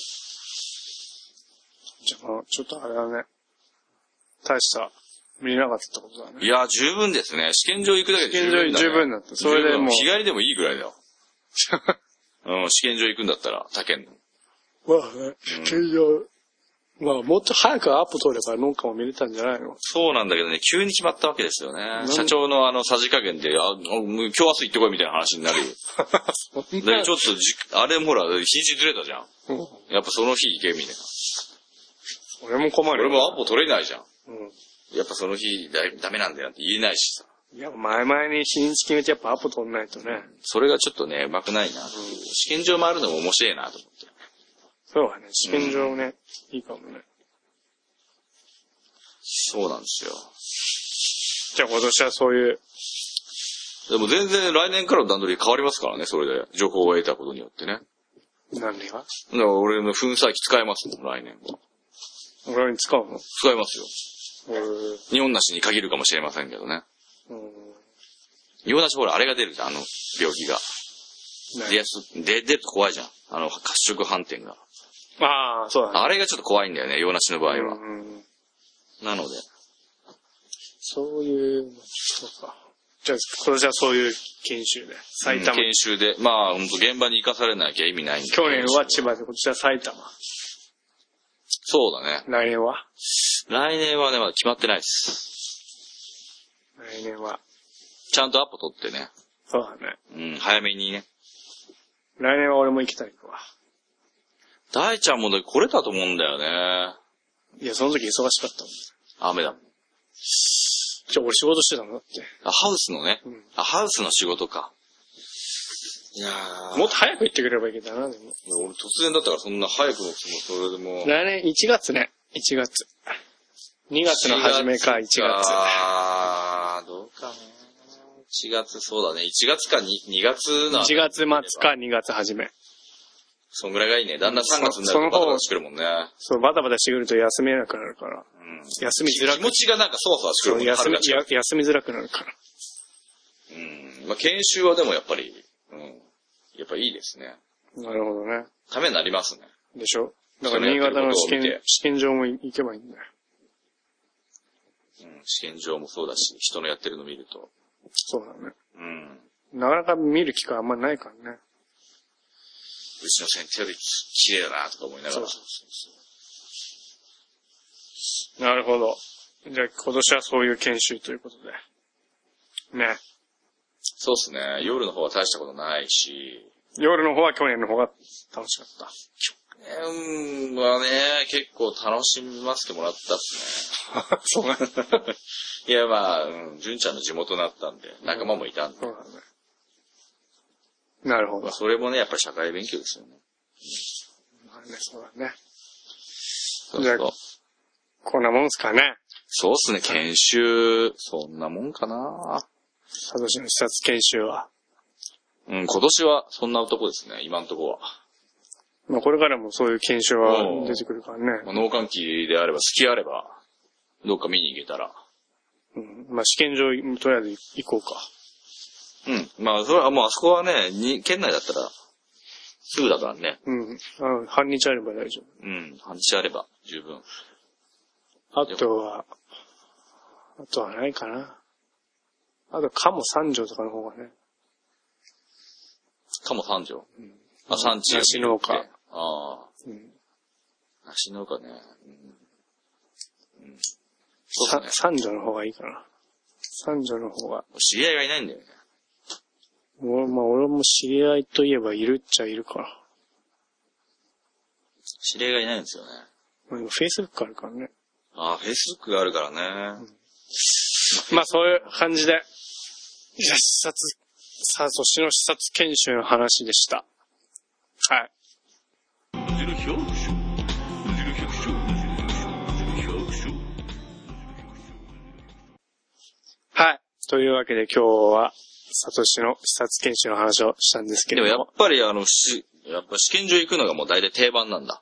[SPEAKER 2] じゃあ、ちょっとあれだね。大した、見れなかったってことだね。
[SPEAKER 1] いや、十分ですね。試験場行くだけで十分だ、ね。
[SPEAKER 2] 試験場十分だった。それでもう。
[SPEAKER 1] 日帰りでもいいぐらいだよ。うん、試験場行くんだったら、他県の。
[SPEAKER 2] まあね、試験場、うん、まあもっと早くアポ取れば農家も見れたんじゃないの？
[SPEAKER 1] そうなんだけどね、急に決まったわけですよね。社長のあの、さじ加減で、あ、今日明日行ってこいみたいな話になる。で、ちょっとじ、あれもほら、日にちずれたじゃん。うん、やっぱその日行けみたいな。
[SPEAKER 2] 俺も困るよ。
[SPEAKER 1] 俺もアポ取れないじゃん。
[SPEAKER 2] うん、
[SPEAKER 1] やっぱその日だダメなんだよって言えないしさ。
[SPEAKER 2] いや、前々に日にち決めてやっぱアポ取んないとね。うん、
[SPEAKER 1] それがちょっとね、うまくないな、うん。試験場回るのも面白いなと思って。
[SPEAKER 2] そうだね、試験場ね、うん、いいかもね。
[SPEAKER 1] そうなんですよ。
[SPEAKER 2] じゃあ今年はそういう。
[SPEAKER 1] でも全然来年からの段取り変わりますからね、それで。情報を得たことによってね。
[SPEAKER 2] 何が？だ
[SPEAKER 1] から俺の粉砕機使えますもん、来年は。
[SPEAKER 2] 俺に使うの？
[SPEAKER 1] 使えますよ。日本梨に限るかもしれませんけどね。日本梨ほら、あれが出るじゃん、あの病気が。出やす、出、出ると怖いじゃん。あの、褐色斑点が。
[SPEAKER 2] ああ、そうだね。
[SPEAKER 1] あれがちょっと怖いんだよね、洋梨の場合は。なので。
[SPEAKER 2] そういう、そうか。 じゃあ、今年はそういう研修で。埼玉。
[SPEAKER 1] うん、研修で。まあ、本当現場に行かされなきゃ意味ないんで。
[SPEAKER 2] 去年は千葉で、今年は埼玉。
[SPEAKER 1] そうだね。
[SPEAKER 2] 来年は
[SPEAKER 1] 来年はね、まだ決まってないです。
[SPEAKER 2] 来年は。
[SPEAKER 1] ちゃんとアポ取ってね。
[SPEAKER 2] そうだね。
[SPEAKER 1] うん、早めにね。
[SPEAKER 2] 来年は俺も行きたいわ。
[SPEAKER 1] 大ちゃんもね、来れたと思うんだよね。
[SPEAKER 2] いや、その時忙しかったもん。
[SPEAKER 1] 雨だもん。
[SPEAKER 2] じゃあ俺仕事してたのだって。
[SPEAKER 1] あ、ハウスのね。
[SPEAKER 2] うん、
[SPEAKER 1] あ、ハウスの仕事か。いやー。
[SPEAKER 2] もっと早く行ってくれればいけたな、でも。いや、
[SPEAKER 1] 俺突然だったからそんな早くのつもそれでも。
[SPEAKER 2] 来年いちがつね。いちがつ。にがつの初めか、いちがつ。
[SPEAKER 1] あー、どうかな。いちがつ、そうだね。いちがつか に, にがつの。
[SPEAKER 2] いちがつ末かにがつ初め。
[SPEAKER 1] そんぐらいがいいね。だんだんさんがつになるとバタバタしてくるもんね。
[SPEAKER 2] そう、バタバタしてくると休めなくなるから。うん、休みづらく。
[SPEAKER 1] 気持ちがなんかそわそわしてくるもんね。
[SPEAKER 2] 休み、休みづらくなるから。
[SPEAKER 1] うん。まあ、研修はでもやっぱり、うん。やっぱいいですね。
[SPEAKER 2] なるほどね。
[SPEAKER 1] ためになりますね。
[SPEAKER 2] でしょ？だから新潟の試験、試験場も行けばいいんだよ。
[SPEAKER 1] うん、試験場もそうだし、人のやってるの見ると。
[SPEAKER 2] そうだね。
[SPEAKER 1] うん。
[SPEAKER 2] なかなか見る機会あんまないからね。
[SPEAKER 1] うちの先生で綺麗だなとか思いながら。そうそうそう
[SPEAKER 2] そう。なるほど。じゃあ今年はそういう研修ということで。ね。
[SPEAKER 1] そうっすね。夜の方は大したことないし。
[SPEAKER 2] 夜の方は去年の方が楽しかった。
[SPEAKER 1] 去年はね、結構楽しませてもらったっすね。
[SPEAKER 2] そうなんだ。
[SPEAKER 1] いやまあ、うん、純ちゃんの地元だったんで、仲間もいたんで。
[SPEAKER 2] そうだね。なるほど。
[SPEAKER 1] それもね、やっぱり社会勉強ですよね。
[SPEAKER 2] まあね、そうだね。そうそう。じゃあ、こんなもんすかね。
[SPEAKER 1] そうっすね、研修、そんなもんかな。
[SPEAKER 2] サトシの視察研修は。
[SPEAKER 1] うん、今年はそんな男ですね、今のところは。
[SPEAKER 2] まあこれからもそういう研修は出てくるからね。
[SPEAKER 1] まあ、農閑期であれば、好きあれば、どっか見に行けたら。
[SPEAKER 2] うん。まあ試験場、とりあえず行こうか。
[SPEAKER 1] うん。まあ、それはもうあそこはね、に、県内だったら、すぐだからね。
[SPEAKER 2] うん。あの、半日あれば大丈夫。
[SPEAKER 1] うん。半日あれば、十分。
[SPEAKER 2] あとは、あとはないかな。あと、鴨三条とかの方がね。
[SPEAKER 1] 鴨三条、うん、あ、産地。
[SPEAKER 2] 梨農家。
[SPEAKER 1] ああ。うん。梨農家ね。うん。うん、そうね。
[SPEAKER 2] 三条の方がいいかな。三条の方が。
[SPEAKER 1] 知り合いがいないんだよね。
[SPEAKER 2] 俺、まあ、俺も知り合いといえばいるっちゃいるから。
[SPEAKER 1] 知り合いがいないんですよね。
[SPEAKER 2] まあ、今、フェイスブックあるからね。
[SPEAKER 1] ああ、フェイスブックがあるからね。うん、
[SPEAKER 2] まあ、そういう感じで、視察、さあ、そしの視察研修の話でした。はい。はい。というわけで今日は、サトシの視察研修の話をしたんですけれども。
[SPEAKER 1] でもやっぱりあの、し、やっぱ試験場行くのがもう大体定番なんだ。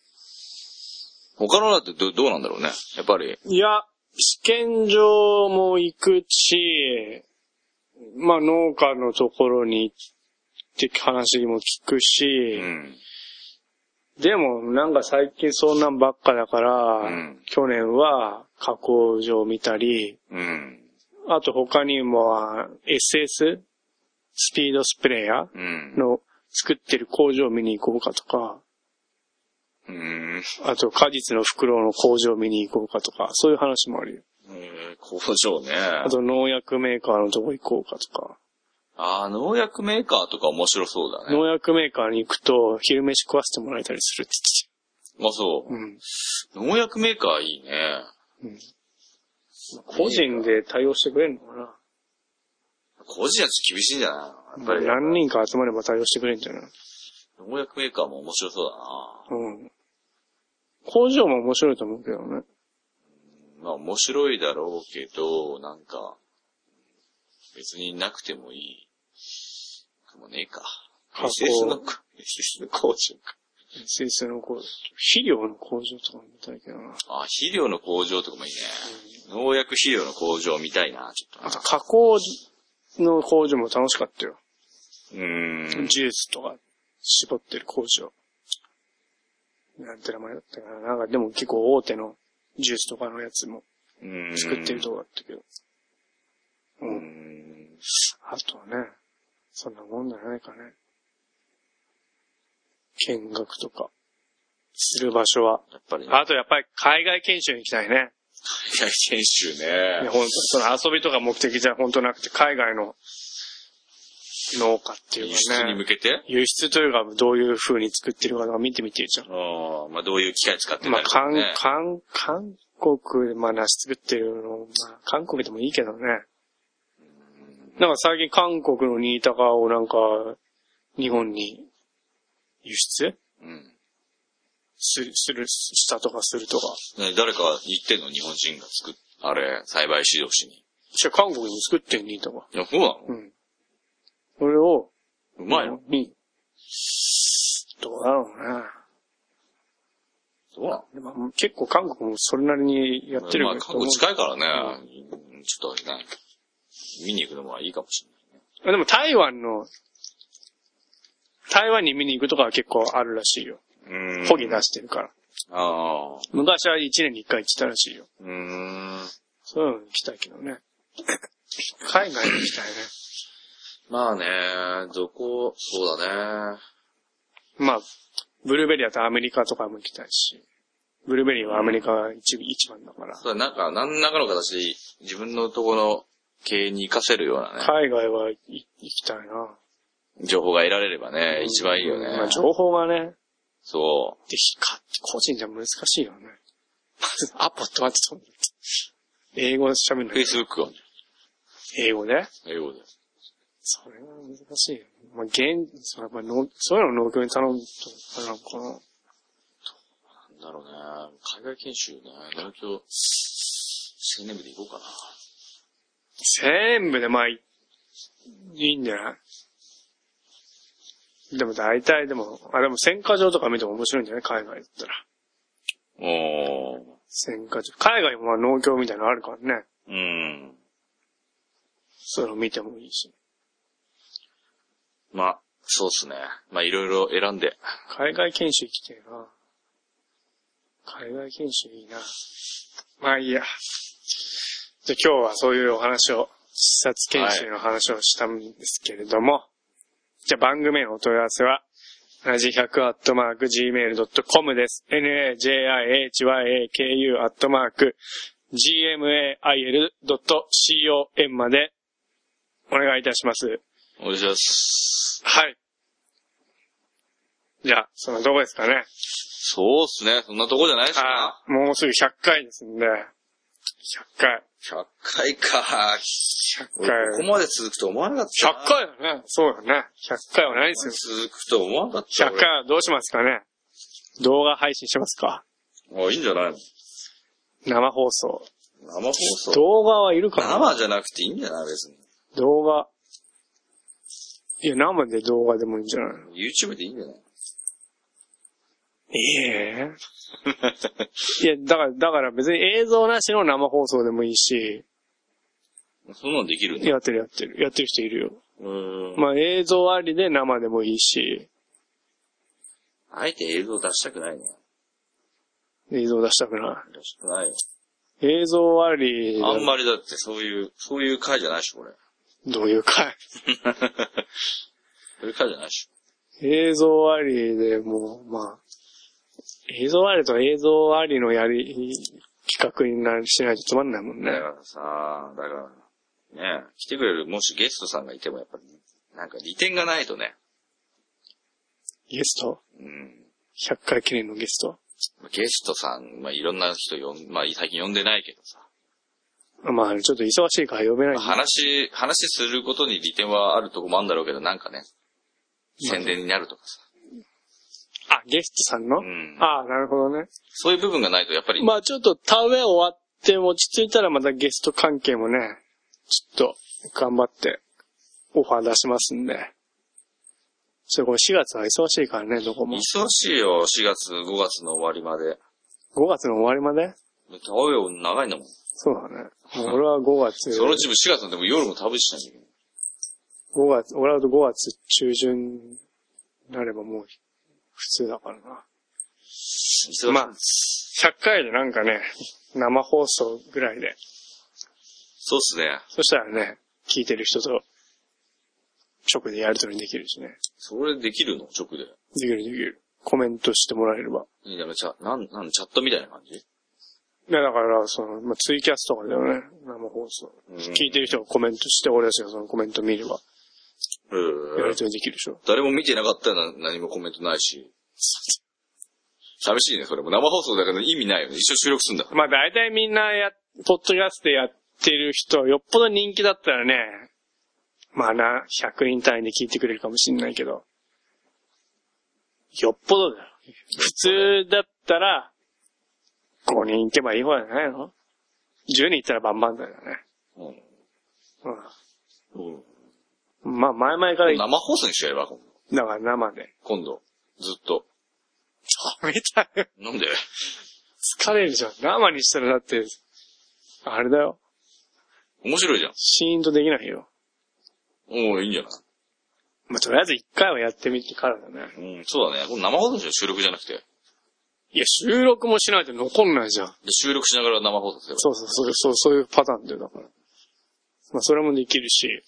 [SPEAKER 1] 他のだってど、どうなんだろうね。やっぱり。
[SPEAKER 2] いや、試験場も行くし、まあ農家のところに行って話も聞くし、うん、でもなんか最近そんなんばっかだから、うん、去年は加工場見たり、うん、あと他にも エスエス スピードスプレーヤーの作ってる工場を見に行こうかとか、うん、あと果実の袋の工場を見に行こうかとか、そういう話もあるよ。
[SPEAKER 1] えー、工場ね。
[SPEAKER 2] あと農薬メーカーのとこ行こうかとか。
[SPEAKER 1] ああ、農薬メーカーとか面白そうだね。
[SPEAKER 2] 農薬メーカーに行くと昼飯食わせてもらえたりするって
[SPEAKER 1] 言って。あ、そう。うん。農薬メーカーいいね。うん。
[SPEAKER 2] 個人で対応してくれるのかな。
[SPEAKER 1] 個人はちょっと厳しいんじゃないやっぱり。
[SPEAKER 2] 何人か集まれば対応してくれるんじゃない？
[SPEAKER 1] 農薬メーカーも面白そうだな。うん。
[SPEAKER 2] 工場も面白いと思うけどね。
[SPEAKER 1] まあ面白いだろうけど、なんか、別になくてもいい。かもねえか。エスエス の、エスエス の工場か。
[SPEAKER 2] エスエス の工場。肥料の工場とか見たいけどな。
[SPEAKER 1] あ、肥料の工場とかもいいね。うん、農薬肥料の工場見たいな、ちょっとな。
[SPEAKER 2] あと加工の工場も楽しかったよ。
[SPEAKER 1] うーん。
[SPEAKER 2] ジュースとか絞ってる工場。なんて名前だったかな。なんかでも結構大手のジュースとかのやつも作ってるとこだったけど。
[SPEAKER 1] うん。うーん
[SPEAKER 2] あとはね、そんなもんじゃないかね。見学とか、する場所は。
[SPEAKER 1] やっぱり、
[SPEAKER 2] ね。あとやっぱり海外研修に行きたいね。
[SPEAKER 1] 海外研修ね。
[SPEAKER 2] いや、本当その遊びとか目的じゃ本当なくて、海外の農家っていうかね。
[SPEAKER 1] 輸出に向けて
[SPEAKER 2] 輸出というか、どういう風に作ってるかとか見てみてるじゃん。
[SPEAKER 1] ああ、まあどういう機械使ってるか、
[SPEAKER 2] ね。まあ、韓、
[SPEAKER 1] 韓、
[SPEAKER 2] 韓国、まあ、梨作ってるの、まあ、韓国でもいいけどね。なんか最近韓国の新高をなんか、日本に輸出
[SPEAKER 1] うん。
[SPEAKER 2] する、する、したとかするとか。
[SPEAKER 1] ね、誰か言ってんの日本人が作っ、あれ、栽培指導士に。
[SPEAKER 2] じゃ韓国に作ってん新高。
[SPEAKER 1] いや、そうなの？
[SPEAKER 2] うん。それを、
[SPEAKER 1] うまいの？
[SPEAKER 2] に、どうだろうな。
[SPEAKER 1] そうなの？
[SPEAKER 2] でも結構韓国もそれなりにやってる
[SPEAKER 1] まあ、韓国近いからね、
[SPEAKER 2] うん、
[SPEAKER 1] ちょっとね、見に行くのはいいかもしれない
[SPEAKER 2] ね。でも台湾の、台湾に見に行くとかは結構あるらしいよ。
[SPEAKER 1] うん。
[SPEAKER 2] ホギ出してるから。
[SPEAKER 1] ああ。
[SPEAKER 2] 昔は一年に一回行ってたらしいよ。
[SPEAKER 1] うーん。
[SPEAKER 2] そういうの行きたいけどね。海外に行きたいね。
[SPEAKER 1] まあね、どこ、そうだね。
[SPEAKER 2] まあ、ブルーベリーだとアメリカとかも行きたいし。ブルーベリーはアメリカが一、うん、一番だから。
[SPEAKER 1] そうだ、なんか、何らかの形で自分のところの経営に活かせるようなね。
[SPEAKER 2] 海外は行きたいな。
[SPEAKER 1] 情報が得られればね、うん、一番いいよね。
[SPEAKER 2] まあ、情報がね。
[SPEAKER 1] そう。
[SPEAKER 2] で、か、個人じゃ難しいよね。まず、アポって待ってそう。英語で喋るの。
[SPEAKER 1] Facebook は
[SPEAKER 2] 英語で
[SPEAKER 1] 英語で。
[SPEAKER 2] それは難しいよ。まあ、現、それやっぱ農そういうのを農協に頼むと、あれなのかな。
[SPEAKER 1] なんだろうね。海外研修ね。農協、青年部で行こうかな。
[SPEAKER 2] 青年部でまあ、いいんじゃないでも大体でも、あ、でも選果場とか見ても面白いんじゃない海外だったら。
[SPEAKER 1] おー。
[SPEAKER 2] 選果場。海外もまあ農協みたいなのあるからね。
[SPEAKER 1] うん。
[SPEAKER 2] そういうの見てもいいし。
[SPEAKER 1] まあ、そうっすね。まあいろいろ選んで。
[SPEAKER 2] 海外研修行きてえな。海外研修いいな。まあいいや。じゃあ今日はそういうお話を、視察研修の話をしたんですけれども、はい、じゃあ番組へのお問い合わせは、なじひゃくアットマークジーメールドットコム です。ナジャイハク アットマーク ジーエムエーアイエルドットコム までお願いいたします。
[SPEAKER 1] お願いします。
[SPEAKER 2] はい。じゃあ、そんなとこですかね。
[SPEAKER 1] そうっすね。そんなとこじゃないですか。
[SPEAKER 2] もうすぐひゃっかいですんで。ひゃっかい。
[SPEAKER 1] ひゃっかいか。
[SPEAKER 2] ひゃっかい。
[SPEAKER 1] ここまで続くと思わなかったな。
[SPEAKER 2] ひゃっかいだね。そうだね。ひゃっかいはないですよ。
[SPEAKER 1] 続くと思わなかった。
[SPEAKER 2] ひゃっかいはどうしますかね。動画配信しますか。
[SPEAKER 1] あ、いいんじゃないの。
[SPEAKER 2] 生放送。
[SPEAKER 1] 生放送。
[SPEAKER 2] 動画はいるかな。
[SPEAKER 1] 生じゃなくていいんじゃない別に。
[SPEAKER 2] 動画。いや、生で動画でもいいんじゃないの。
[SPEAKER 1] YouTube でいいんじゃない
[SPEAKER 2] ええー、いや、だから、だから別に映像なしの生放送でもいいし。
[SPEAKER 1] そんなのできるんだ。
[SPEAKER 2] やってるやってる。やってる人いるよ。
[SPEAKER 1] うーん。
[SPEAKER 2] まあ映像ありで生でもいいし。
[SPEAKER 1] あえて映像出したくないね。
[SPEAKER 2] 映像出したくない。
[SPEAKER 1] 出したくないよ。
[SPEAKER 2] 映像あり。
[SPEAKER 1] あんまりだってそういう、そういう回じゃないでしょ、これ。
[SPEAKER 2] どういう回
[SPEAKER 1] そういう回じゃないでし
[SPEAKER 2] ょ。映像ありでもう、まあ。映像ありと映像ありのやり、企画になりしないとつまんないもんね。
[SPEAKER 1] だからさ、だから、ね、来てくれる、もしゲストさんがいてもやっぱり、なんか利点がないとね。
[SPEAKER 2] ゲスト？
[SPEAKER 1] うん。
[SPEAKER 2] ひゃっかい記念のゲスト？
[SPEAKER 1] ゲストさん、まあいろんな人呼ん、まあ最近呼んでないけどさ。
[SPEAKER 2] まあちょっと忙しいから呼べない、
[SPEAKER 1] まあ、話、話することに利点はあるとこもあるんだろうけど、なんかね、宣伝になるとかさ。
[SPEAKER 2] あ、ゲストさんの、うん、ああ、なるほどね。
[SPEAKER 1] そういう部分がないとやっぱり。
[SPEAKER 2] まあちょっと田植え終わって落ち着いたらまたゲスト関係もね、ちょっと頑張ってオファー出しますんで。それこれしがつは忙しいからね、どこも。
[SPEAKER 1] 忙しいよ、しがつ、ごがつの終わりまで。
[SPEAKER 2] ごがつの終わりまで？
[SPEAKER 1] 田植え長いんだもん。
[SPEAKER 2] そうだね。もう俺はごがつ。
[SPEAKER 1] そのうちもしがつのでも夜も食べしないんだけど。
[SPEAKER 2] ごがつ、俺はごがつ中旬になればもう普通だからな。まあ、ひゃっかいでなんかね、生放送ぐらいで。
[SPEAKER 1] そうっすね。
[SPEAKER 2] そしたらね、聞いてる人と直でやり取りできるしね。
[SPEAKER 1] それできるの直で。
[SPEAKER 2] できるできる。コメントしてもらえれば。
[SPEAKER 1] いいだろ、チャ、なん、なん、チャットみたいな感じ？い
[SPEAKER 2] や、だから、その、まあ、ツイキャスとかだよね。生放送。聞いてる人がコメントして、俺たちがそのコメント見れば。やり取りできるでしょ。
[SPEAKER 1] 誰も見てなかったら何もコメントないし。寂しいね、それも。生放送だから意味ないよね。一緒収録するんだ。
[SPEAKER 2] まあ大体みんなや、ポッドキャストでやってる人、よっぽど人気だったらね、まあな、ひゃくにん単位で聞いてくれるかもしんないけど、よっぽどだよ。普通だったら、ごにん行けばいい方じゃないの ?じゅう 人行ったらバンバンだよね。うん。うん。うん、まあ前々から
[SPEAKER 1] 生放送にしちゃえば、今
[SPEAKER 2] 度。だから生で。
[SPEAKER 1] 今度、ずっと。
[SPEAKER 2] ダメだよ。
[SPEAKER 1] なんで？
[SPEAKER 2] 疲れるじゃん。生にしたらだって、あれだよ。
[SPEAKER 1] 面白いじゃん。
[SPEAKER 2] シーンとできないよ。
[SPEAKER 1] おお、いいんじゃない？
[SPEAKER 2] まあ、とりあえず一回はやってみてからだね。
[SPEAKER 1] うん、そうだね。この生放送じゃ収録じゃなくて。
[SPEAKER 2] いや、収録もしないと残んないじゃん。
[SPEAKER 1] で収録しながら生放送すれば。
[SPEAKER 2] そうそうそう、そう、そういうパターンだよ、だから。まあ、それもできるし。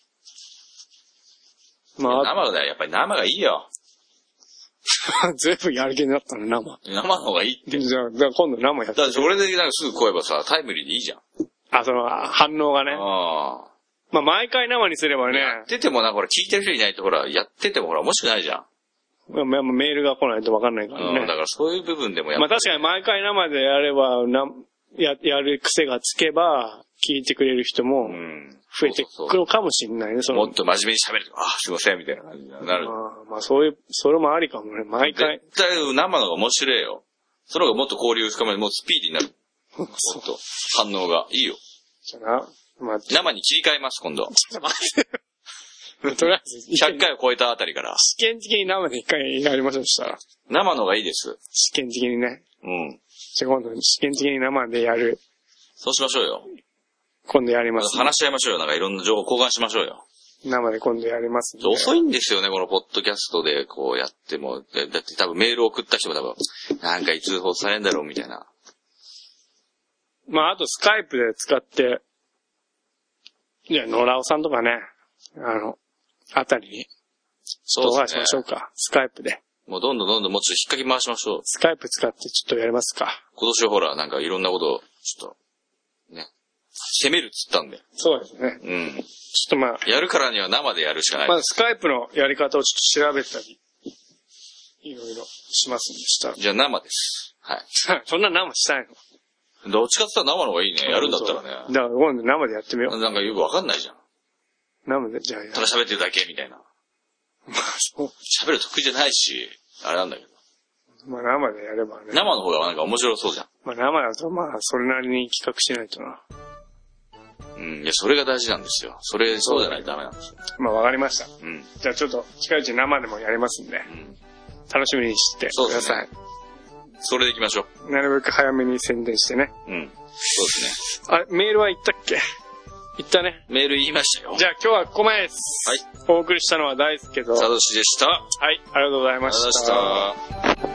[SPEAKER 1] まあ、生だよ。やっぱり生がいいよ。
[SPEAKER 2] 全部やる気になったの、生。
[SPEAKER 1] 生の方がいいって。
[SPEAKER 2] じゃあ、じゃあ今度生やって。
[SPEAKER 1] だからそれでなんかすぐ来ればさ、タイムリーでいいじゃん。
[SPEAKER 2] あ、その、反応がね。ああ。まあ、毎回生にすればね。
[SPEAKER 1] やっててもなんかほら、聞いてる人いないとほら、やっててもほら、面白くないじゃん。
[SPEAKER 2] まあ、メールが来ないと分かんないからね。
[SPEAKER 1] うん、だからそういう部分でもやっ
[SPEAKER 2] ぱまあ確かに毎回生でやれば、な、や、やる癖がつけば、聞いてくれる人も、増えてくるかもしれないね、
[SPEAKER 1] その。もっと真面目に喋ると、あ、すいません、みたいな感じになる。
[SPEAKER 2] まあ、まあそういう、それもありかもね、毎回。
[SPEAKER 1] 絶対生の方が面白いよ。その方がもっと交流深める、もうスピーディーになる。もっと、反応が。いいよ。
[SPEAKER 2] じゃな、まあ、
[SPEAKER 1] 生に切り替えます、今度。ちょっと待って。
[SPEAKER 2] とりあえず。
[SPEAKER 1] ひゃっかいを超えたあたりから。
[SPEAKER 2] 試験的に生で一回やりましょう、したら。
[SPEAKER 1] 生の方がいいです。
[SPEAKER 2] 試験的にね。
[SPEAKER 1] うん。
[SPEAKER 2] じゃあ今度試験的に生でやる。
[SPEAKER 1] そうしましょうよ。
[SPEAKER 2] 今度やります、
[SPEAKER 1] ね。話し合いましょうよ。なんかいろんな情報交換しましょうよ。
[SPEAKER 2] 生で今度やります、
[SPEAKER 1] ね。遅いんですよね、このポッドキャストでこうやっても。だって多分メール送った人も多分、なんかいつ放送されんだろうみたいな。
[SPEAKER 2] まああとスカイプで使って、いや、野良尾さんとかね、あの、あたりに、そうですね。しましょうか。スカイプで。
[SPEAKER 1] もうどんどんどんどんもうちょっと引っ掛け回しましょう。
[SPEAKER 2] スカイプ使ってちょっとやりますか。
[SPEAKER 1] 今年はほら、なんかいろんなことを、ちょっと、ね、攻めるっつったんで。
[SPEAKER 2] そうですね。
[SPEAKER 1] うん。
[SPEAKER 2] ちょっとまあ。
[SPEAKER 1] やるからには生でやるしかない。
[SPEAKER 2] まずスカイプのやり方をちょっと調べたり、いろいろしますんでした。
[SPEAKER 1] じゃあ生です。はい。
[SPEAKER 2] そんな生したい
[SPEAKER 1] の？どっちかって言ったら生の方がいいね。やるんだったらね。
[SPEAKER 2] だから今度生でやってみよう。
[SPEAKER 1] なんかよくわかんないじゃん。
[SPEAKER 2] 生で、じゃあやる。
[SPEAKER 1] ただ喋ってるだけみたいな。まあそう。喋る得意じゃないし、あれなんだけど。
[SPEAKER 2] まあ生でやればね。
[SPEAKER 1] 生の方がなんか面白そうじゃん。
[SPEAKER 2] まあ生だとまあそれなりに企画しないとな。
[SPEAKER 1] うん、いや、それが大事なんですよ。それ、そうじゃないとダメなんですよ。
[SPEAKER 2] まあわかりました。
[SPEAKER 1] うん。
[SPEAKER 2] じゃあちょっと近いうちに生でもやりますんで。うん。楽しみにしてください。
[SPEAKER 1] それで行きましょ
[SPEAKER 2] う。なるべく早めに宣伝してね。
[SPEAKER 1] うん。そうです
[SPEAKER 2] ね。あ、メールは言ったっけ？言ったね。
[SPEAKER 1] メール言いましたよ。
[SPEAKER 2] じゃあ今日はここまでです。
[SPEAKER 1] はい。
[SPEAKER 2] お送りしたのは大輔と。
[SPEAKER 1] サトシでした。
[SPEAKER 2] はい、ありがとうございました。
[SPEAKER 1] ありがとうございました。